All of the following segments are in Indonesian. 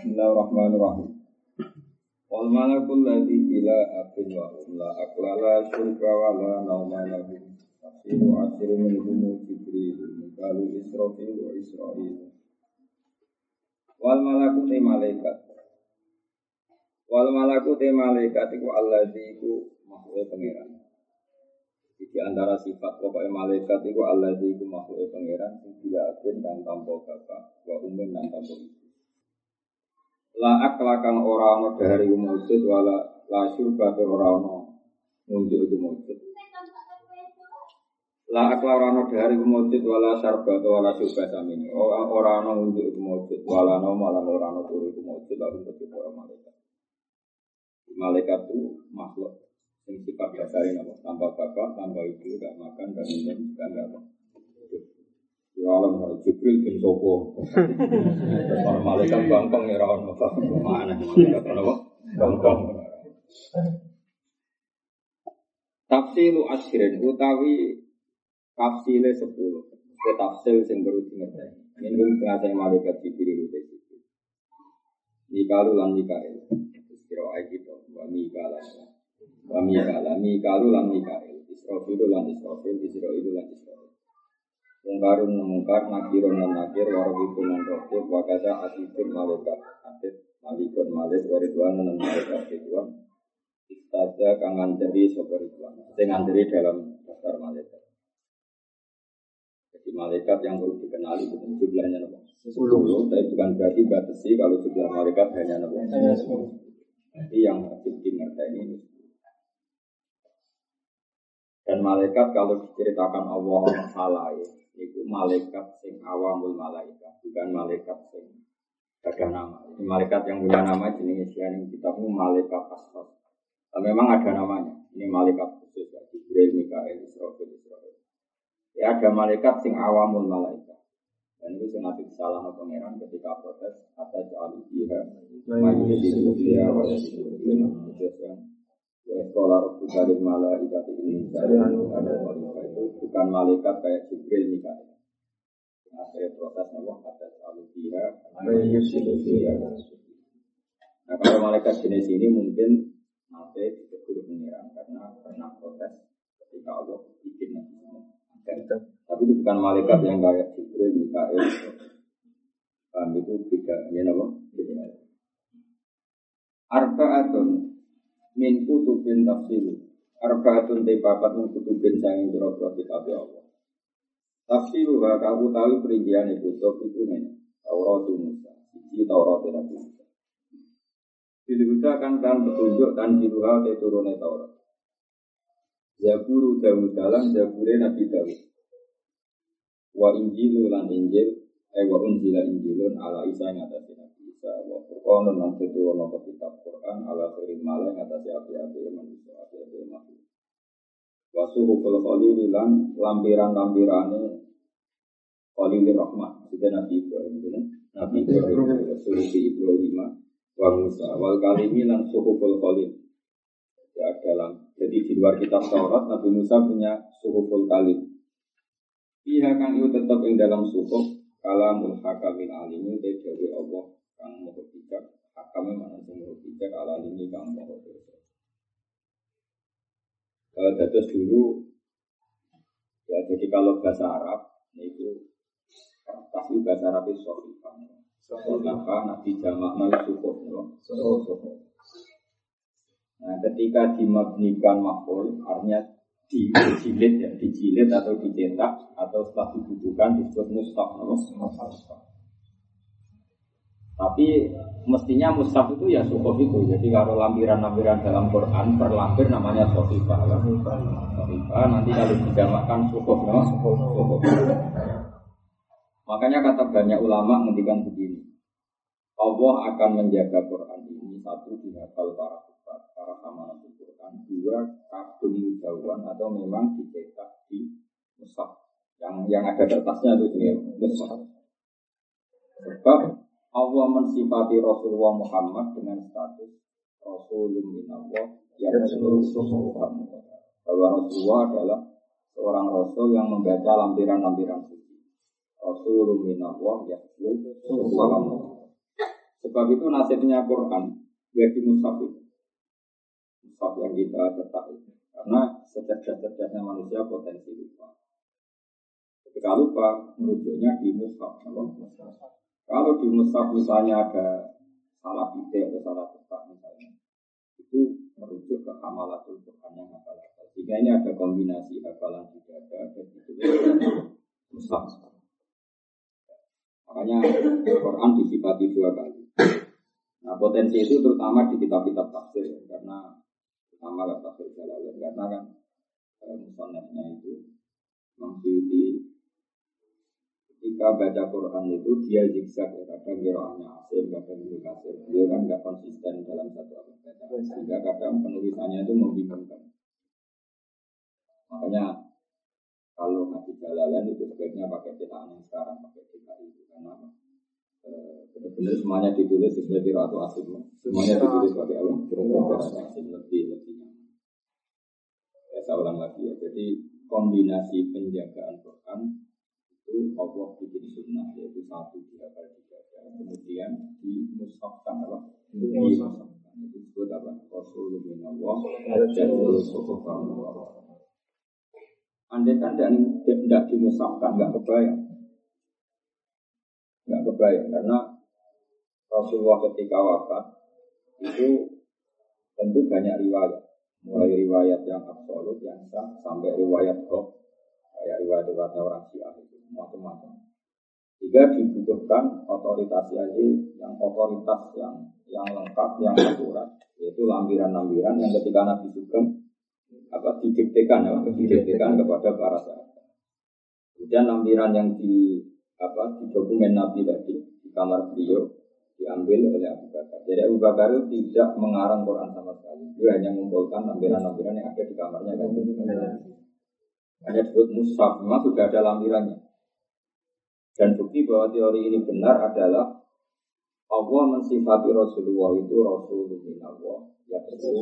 Bismillahirrahmanirrahim. Wal malakul ladzi ila akhir wa la aqlala syurga wa la nauma lahu. Tafsiru asri minhum Jibril, Mikalu Israfil wa Israil. Wal malaku te malaikat. Wal malaku te malaikat iku alladzi iku makhluk pangeran. Di antara sifat pokoknya malaikat iku alladzi iku makhluk pangeran sing diagen dan tanpa bapak wa umum dan tanpa ibu. La aklakan ora ana dari wujud wala la syurba ora ana wujud wujud. La aklara ana dari wujud wala syarba wala syurba samini. Ora ana wujud wujud wala ana malan ora ana turu wujud lalu dadi para malaikat. Malaikat itu makhluk yang sifat dasarnya apa? Tanpa bapak, tanpa ibu, tidak makan, tidak minum, tidak apa. Ya alam kalau Jibril bin Sopo, terus malaikat bangkong ya rawan apa? Mana? Malaikat apa? Bangkong. Tafsilu ashirin utawi tafsile 10. Tafsil yang baru dimengerti. Ini pun sengaja malaikat Jibril itu. Mikalu lan Mikael. Kira-kira gitu. Wa Mikalu lan Mikael. Israfil lan Israfil, Israil lan Israil. Mungkarun mungkar, nakirun lan nakir, warabikun lan rokib, wakasa asibun malaikat, asid, malikun malik, waridwan lan malaikat ridwan. Istada kang nganteri sopa ridwan. Yang nganteri dalam daftar malaikat. Jadi malaikat yang perlu dikenali bukan jumlahnya apa? 10. Tapi bukan berarti batasi kalau jumlah malaikat hanya apa? 10. Jadi yang wajib dimengerti ini. Dan malaikat kalau diceritakan Allah salah ya. Itu malaikat sing awamul malaikat, bukan malaikat sing ada nama. Ini malaikat yang punya nama jenis yang kitabmu malaikat asal. Memang ada namanya. Ini malaikat khusus ya. Jibril, Mikael, Israfil, Israil. Ya ada malaikat sing awamul malaikat. Dan itu sengaja disalahan pangeran ketika protes atas alihiyah, majulah dia wajibnya. Wa sekolah Rasulullah malaikat ini ada itu bukan malaikat kayak Jibril Mikael. Akhirnya proses Allah atas alihiyah, majulah. Nah kalau malaikat jenis ini mungkin nanti ditegur pangeran karena pernah protes ketika Allah bikin nabi. Tapi itu bukan malaikat yang kayak Jibril, Mikael. Kami itu tidak, ya nama. Arba'atun min kutubin tafsiru. Arba'atun tepapat min kutubin sayang berobro kitab Allah. Tafsiru kamu tahu perincian kutub itu men. Taurat Musa, siji Taurat Nabi Musa. Diluda kan petunjuk dan diluha turune Taurat. Zaburu Dawud dalam Zabure Nabi Dawud. Wa Injilu lan Injil, wa unzila Injilun ala Isa yang atas Nabi Isa. Wa Qur'anun lan turun ke kitab Quran ala khairil malah yang atas api-api manusia, api-api makhluk. Wa suhuful khalil lan lampiran-lampirane Khalilur Rahmah, itu Nabi Ibrahim, Nabi Ibrahim, suhufi Ibrahim wa Musa, wal kalimi lan suhuful khalil. Ya dalam, jadi di luar kitab Taurat Nabi Musa punya suhuful kalim. Iya kang itu tetap yang dalam suhuf kalamul hakamin alimi dari Allah kang mau bijak hakamnya mana yang mau bijak alimi kang mau bijak. Kalau datus dulu ya jadi kalau bahasa Arab itu pasti bahasa Arab itu sohifah. Sohifah Nabi jamak suhuf suhuf. Nah, ketika dimabnikan maf'ul, artinya dijilid atau dicetak atau setelah dibutuhkan disebut mushaf. Tapi mestinya mushaf itu ya suhuf itu. Jadi kalau lampiran-lampiran dalam Quran per lampir namanya sohifah. Sohifah nanti kalau dijamakkan suhuf. Makanya kata banyak ulama menghentikan begini. Allah akan menjaga Quran ini satu dihafal para hamalah Quran, dua kadung mudawwan atau memang dicetak di mushaf yang ada kertasnya itu jenis mushaf. Sebab Allah mensifati Rasulullah Muhammad dengan status Rasulun minallah yang Rasulullah bahwa Rasulullah adalah seorang Rasul yang membaca lampiran-lampiran suci. Rasulun minallah yang Rasulullah. Sebab itu nasibnya Quran ya di mushaf itu. Mushaf yang kita cetak itu. Karena secerdas-cerdasnya manusia potensi lupa. Ketika lupa, merujuknya di mushaf. Kalau di mushaf misalnya ada salah titik atau salah cetak misalnya, itu merujuk ke hamalatul Quran yang hafal-hafal. Sehingga ini ada kombinasi hafalan juga ada ditulis mushaf. Makanya Quran disifati 2 kali. Nah potensi itu terutama di kitab-kitab tafsir, karena terutama tafsir Jalalain, karena kan musannafnya itu Maksudi ketika baca Quran itu dia zigzag, kadang qiraatnya Asim, kadang Ibnu Katsir. Dia kan nggak konsisten dalam satu bacaan, sehingga kadang penulisannya itu membingungkan. Makanya kalau ngaji Jalalain itu sebaiknya pakai cetakan yang sekarang, pakai cetak itu, karena benar-benar semuanya ditulis sesuai qiraat Asim. Semuanya ditulis pakai apa? Qiraat Asim lebih nyaman. Ya saya ulang lagi ya. Jadi kombinasi penjagaan Quran itu Allah bikin sunnah, yaitu satu dihafal dibaca, kemudian dimushafkan apa? Dimushafkan itu disebut apa? Rasulullah dan Rasulullah. Andai kan tidak dimushafkan, nggak kebayang, karena Rasulullah ketika wafat itu tentu banyak riwayat, mulai riwayat yang absolut, yang sah, sampai riwayat hoax, kayak riwayat orang Syiah itu macam-macam. Jika dibutuhkan otoritas yang otoritas yang lengkap, yang akurat, yaitu lampiran-lampiran yang ketika Nabi Sugeng didiktekan kepada para sahabat. Kemudian lampiran yang di dokumen Nabi tadi di kamar beliau diambil oleh Abu Bakar. Jadi Abu Bakar itu tidak mengarang Quran sama sekali. Dia hanya mengumpulkan lampiran-lampiran yang ada di kamarnya kan. Hanya disebut mushaf, memang sudah ada lampirannya. Dan bukti bahwa teori ini benar adalah Allah mensifati Rasulullah itu Rasulullah ya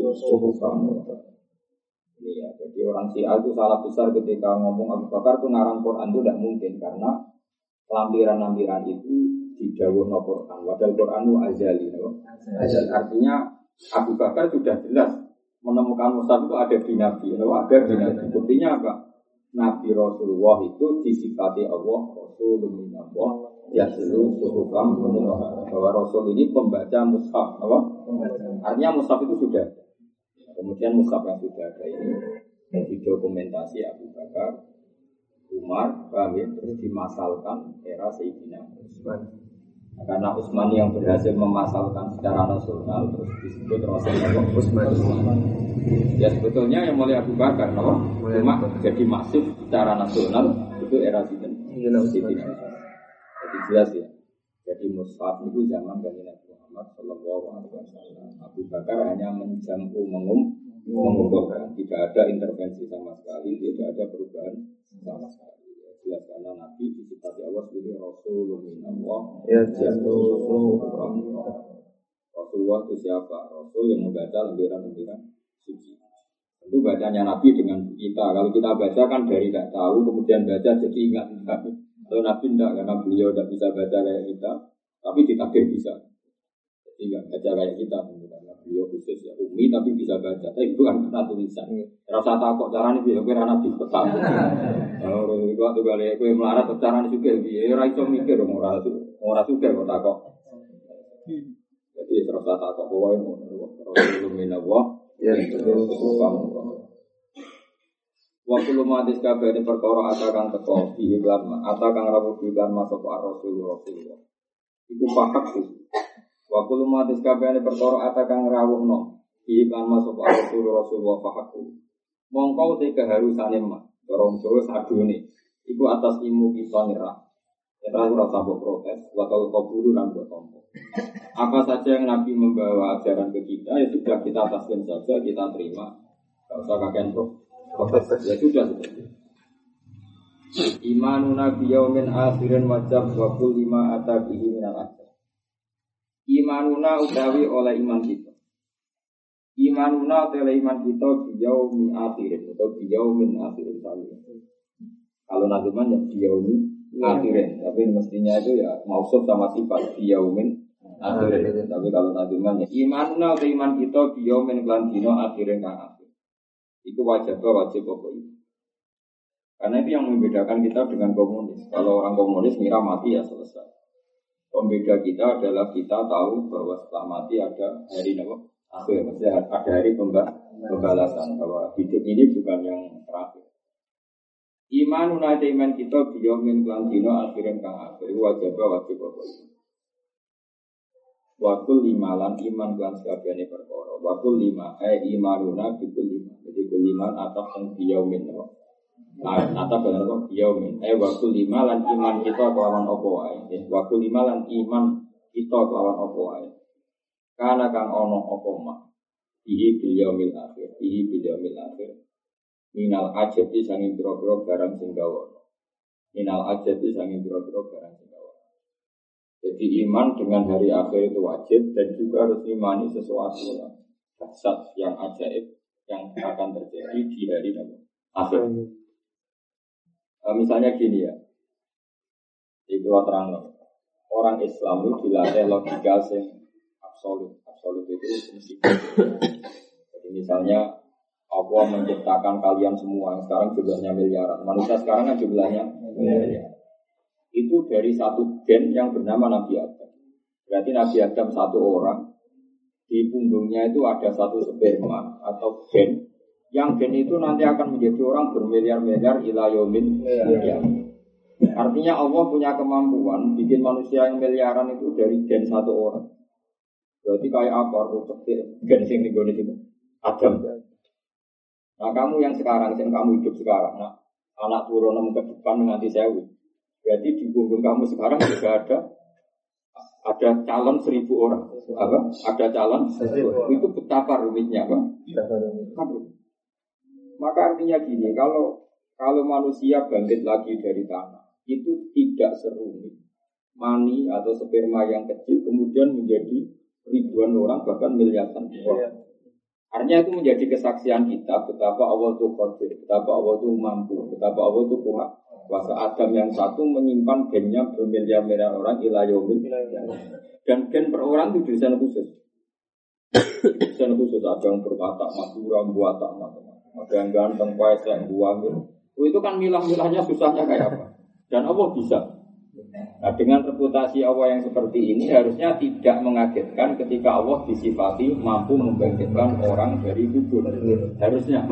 ini ya. Jadi orang Syiah itu salah besar ketika ngomong Abu Bakar itu ngarang Quran itu tidak mungkin, karena lampiran-lampiran itu didhawuhna Quran. Padahal Quran itu azali. Artinya Abu Bakar sudah jelas menemukan mushaf itu ada di Nabi. Ada di Nabi. Buktinya apa? Nabi Rasulullah itu disifati Allah Rasulullah ya seluruh suhufam, bahwa Rasul ini pembaca mushaf. Artinya mushaf itu sudah. Kemudian mushaf yang sudah ada ini didokumentasi Abu Bakar, Umar, terus dimasalkan era Sayyidina Utsman. Karena Utsman yang berhasil memasalkan secara nasional, terus disebut Rasulullah Utsman. Ya sebetulnya yang mulai Abu Bakar, cuma jadi masif secara nasional itu era Sayyidina Utsman. Jadi jelas ya. Jadi mushaf itu zaman Nabi Muhammad Shallallahu Alaihi Wasallam. Abu Bakar hanya mengumpulkan, tidak ada intervensi sama sekali, tidak ada perubahan sama sekali. Jelas karena Nabi disifati Allah sebagai Rasulullah. Rasulullah itu siapa? Rasul yang membaca lembaran-lembaran suci. Tentu bacanya Nabi dengan kita. Kalau kita baca kan dari tidak tahu, kemudian baca jadi ingat. Kalau Nabi tidak, karena beliau tidak bisa baca kayak kita, tapi ditakdir bisa. Jadi tidak baca kayak kita, karena beliau khusus ya umi, tapi bisa baca. Tapi bukan kata tulisan. Rasa takut caranya biar kira Nabi tetap. Kalau waktu kali aku melarat caranya juga, biar raiso mikir orang juga kok takut. Jadi rasa takut pokoknya Rasulullah ya waktu lumatis kabeh ini perkara atakan teko diiklan atakan rawuh diiklan masuk Rasulullah. Iku pahak sih. Waktu lumatis kabeh ini perkara atakan rawuhno diiklan masuk Rasulullah pahakku. Mongko te keharusane mah dorong Jawa sadune. Iku atas ilmu kita nyerah. Nyerah ora sabuk protes, waktu kaburu lan buat tompo. Apa saja yang Nabi membawa ajaran ke kita ya sudah kita taslim saja, kita terima. Enggak usah kakean protes, ya sudah seperti itu. Imanuna biyaumin akhirin wajab wa kulli ma atabihi minal ajab. Imanuna utawi oleh iman kita. Imanuna oleh iman kita biyaumin akhirin atau biyaumin akhirin sami. Kalau nazuman ya biyaumin akhirin, tapi mestinya itu ya mausuf sama sifat biyaumin akhir. Tapi kalau naduman ya imanna atau iman kita biyaumin lan dino akhirin kang akhir. Itu wajib pokok itu. Karena itu yang membedakan kita dengan komunis. Kalau orang komunis ngira mati ya selesai. Pembeda kita adalah kita tahu bahwa setelah mati ada hari akhir. Maksudnya ada hari pembalasan bahwa hidup ini bukan yang terakhir. Iman unai iman kita biyaumin lan dino akhirin kang akhir. Wajib pokok itu. Wakul lima lan iman lan sekabiane perkara. Wakul lima imanuna bikul lima. Jadi kul lima atas yang biyaumin atau benar kok biyaumin. Wakul lima lan iman kita kelawan apa wae. Wakul lima lan iman kita kelawan apa wae. Kana kang ono apa mak. Ihi biyaumil akhir. Minal ajati sanging pira-pira barang sing gawono. Jadi iman dengan hari akhir itu wajib dan juga harus imani sesuatu yang dasar, yang ajaib yang akan terjadi di hari akhir. Misalnya gini ya, di Pulau Terang, orang Islam itu dilatih logika yang absolut itu mesti. Jadi misalnya Allah menciptakan kalian semua yang sekarang jumlahnya miliaran. Manusia sekarang kan jumlahnya miliaran. Itu dari satu gen yang bernama Nabi Adam. Berarti Nabi Adam satu orang, di punggungnya itu ada satu sperma atau gen. Yang gen itu nanti akan menjadi orang bermiliar-miliar ila yaumin qiyamah. Artinya Allah punya kemampuan bikin manusia yang miliaran itu dari gen satu orang. Berarti kayak apa? Gen sing digone itu Adam. Nah kamu yang sekarang, yang kamu hidup sekarang, nah anak turun ke depan nanti sewu. Berarti di punggung kamu sekarang juga ada calon 1.000 orang. Apa? Ada calon 1.000. Itu betapa rumitnya, Pak. Maka artinya gini, kalau manusia bangkit lagi dari tanah, itu tidak serumit mani atau sperma yang kecil kemudian menjadi ribuan orang bahkan miliaran orang. Artinya itu menjadi kesaksian kita betapa Allah itu qadir, betapa Allah itu mampu, betapa Allah itu kuat. Kuasa Adam yang satu menyimpan gennya bermiliar-miliar orang ila yaumil qiyamah. Dan gen per orang itu desain khusus. Desain khusus ada yang berwatak Madura, buatak macam-macam. Ada yang ganteng, paes, yang buang. Itu kan milah-milahnya susahnya kayak apa. Dan Allah bisa. Nah dengan reputasi Allah yang seperti ini harusnya tidak mengagetkan ketika Allah disifati mampu membangkitkan orang dari kubur. Harusnya.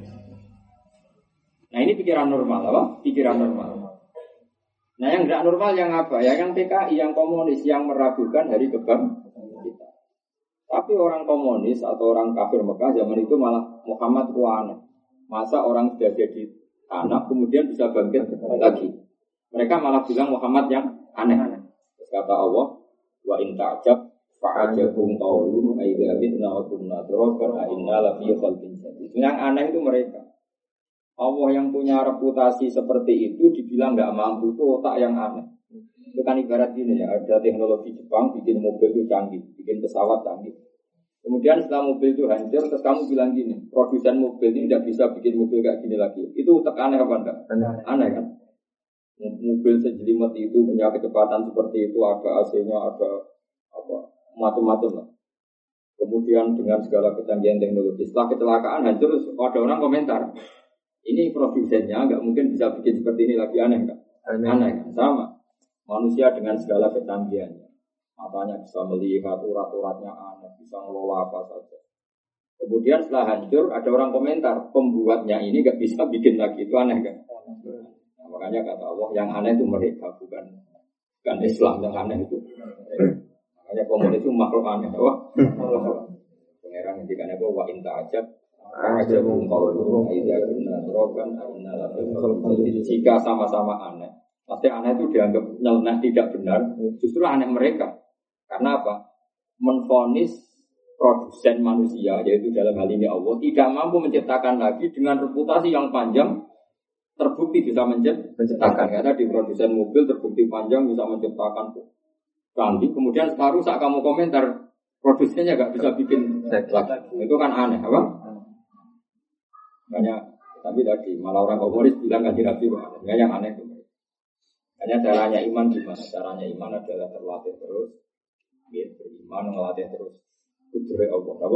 Nah ini pikiran normal, apa? Pikiran normal. Nah yang tidak normal yang apa? Ya yang PKI, yang komunis, yang meragukan hari kebangkitan kita. Tapi orang komunis atau orang kafir Mekah zaman itu malah Muhammad aneh. Masa orang sudah jadi anak kemudian bisa bangkit lagi? Mereka malah bilang Muhammad yang aneh. Kata Allah, wa in ta'jab fa'ajabum qawlum aidza mitna wa kunna turaban a inna la fi khalqin jadid. Yang aneh itu mereka. Allah yang punya reputasi seperti itu dibilang enggak mampu, itu otak yang aneh. Itu kan ibarat gini ya, ada teknologi Jepang bikin mobil itu canggih, bikin pesawat canggih. Kemudian setelah mobil itu hancur, terus kamu bilang gini, produsen mobil ini tidak bisa bikin mobil kayak gini lagi. Itu otak aneh apa enggak? Aneh kan? Mobil sejelimet itu punya kecepatan seperti itu, ada AC-nya, ada apa macam-macam lah. Kemudian dengan segala kecanggihan teknologi, setelah kecelakaan hancur, ada orang komentar, ini produsennya nggak mungkin bisa bikin seperti ini lagi, aneh nggak? Aneh kan? Sama. Manusia dengan segala kecanggihannya, matanya bisa melihat, urat-uratnya aneh, bisa ngelola apa saja. Kemudian setelah hancur, ada orang komentar, pembuatnya ini nggak bisa bikin lagi, itu aneh kan? Makanya kata Allah yang aneh itu mereka bukan Islam yang aneh itu. Makanya komunis itu makhluk aneh. Wah, pengeran ngendikan apa wa in ta'ajab ajabum qawluhum aidza kunna turaban inna la jika sama-sama aneh. Pasti aneh itu dianggap nyeleneh tidak benar, justru aneh mereka. Karena apa? Menvonis produsen manusia yaitu dalam hal ini Allah tidak mampu menciptakan lagi dengan reputasi yang panjang. Terbukti bisa menciptakan karena di produsen mobil terbukti panjang bisa menciptakan canggih. Kemudian sekarang saat kamu komentar produsennya nggak bisa bikin lagi, itu kan aneh, apa? Banyak. Tapi tadi malah orang komunis bilang nggak Nabi ya yang aneh itu. Hanya caranya iman gimana? Caranya iman adalah terlatih terus Ya, beriman ngelatih terus kudure Allah, apa?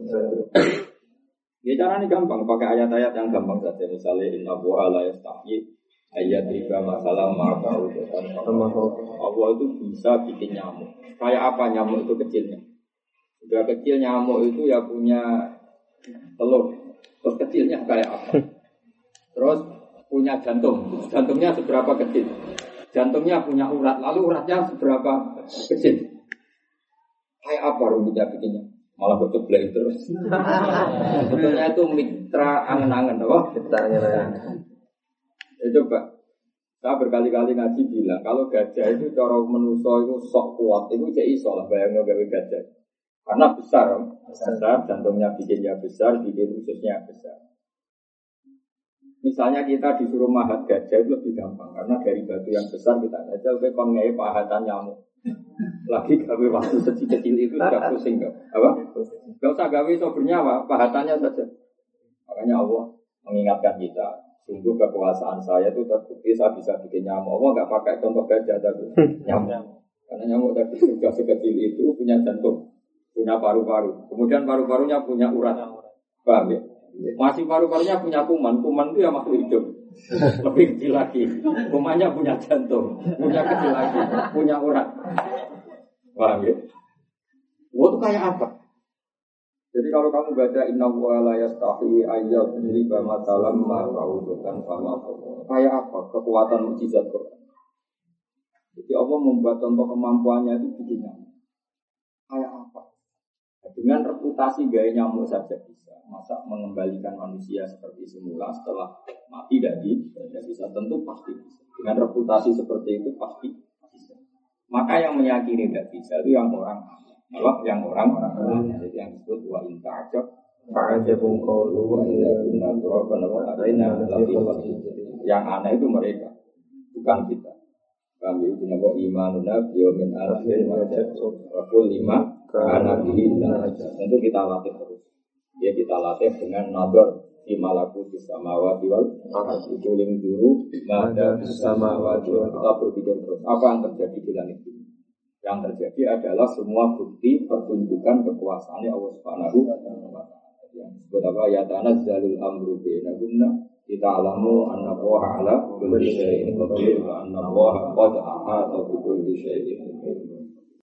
Ya caranya gampang, pakai ayat-ayat yang gampang saja. Misalnya inna Allaha la yastahi ayat riba masalah ma'ba'u. Allah itu bisa bikin nyamuk. Kayak apa nyamuk itu kecilnya? Sudah kecil nyamuk itu ya punya telur. Terus kecilnya kayak apa? Terus punya jantung. Jantungnya seberapa kecil? Jantungnya punya urat. Lalu uratnya seberapa kecil? Kayak apa rumitnya bikinnya? Malah kok ceblek terus. Sebetulnya itu mitra angen-angen, apa? Mitra angen-angen. Ya coba. Saya berkali-kali ngaji bilang kalau gajah itu cara menuso itu sok kuat, itu jadi iso lah bayangnya gawe gajah. Karena besar, jantungnya bikinnya besar, bikin ususnya besar. Misalnya kita disuruh mahat gajah itu lebih gampang karena dari batu yang besar kita aja oke kon ngei pahatan nyamuk. Lagi gawe waktu kecil itu sudah pusing kok. Apa? Gak usah gawe itu bernyawa, pahatannya saja. Makanya Allah mengingatkan kita, sungguh kekuasaan saya itu terbukti saya bisa bikin nyamuk. Allah nggak pakai contoh gajah tapi nyamuk. Karena nyamuk tadi sudah sekecil itu punya jantung, punya paru-paru, kemudian paru-parunya punya urat. Paham ya? Masih paru-parunya punya kuman itu ya makhluk hidup. Lebih kecil lagi. Kumannya punya jantung, punya kecil lagi, punya urat. Paham ya? Itu kayak apa? Jadi kalau kamu baca inna wa la yastahi ayat riba matalam ma'raudukan sama Allah. Kayak apa kekuatan mukjizat Quran? Jadi Allah membuat contoh kemampuannya itu begini. Kayak apa? Dengan reputasi gaya nyamuk saja bisa. Masa mengembalikan manusia seperti semula setelah mati tidak bisa, tentu pasti bisa. Dengan reputasi seperti itu pasti bisa. Maka yang meyakini tidak bisa itu yang orang Allah yang orang-orang jadi yang disebut wa inta'ajab fa'ajabun qawlu wa ila kunna turaban wa alaina yang aneh itu mereka bukan kita. Kami dinamakan imanuna biyaumin akhir wa lima karena bihi tentu kita latih terus. Ya kita latih dengan nador di malakuti samawati wal ardi kuling dulu ada samawati wal kita berpikir terus apa yang terjadi di langit ini. Yang terjadi adalah semua bukti pertunjukan kekuasaannya Allah Subhanahu wa taala. Yang disebut apa ya tanazzalul amru bainahunna kita alamu anna Allaha ala kulli syai'in qadir wa anna Allaha qad ahata bi kulli syai'in.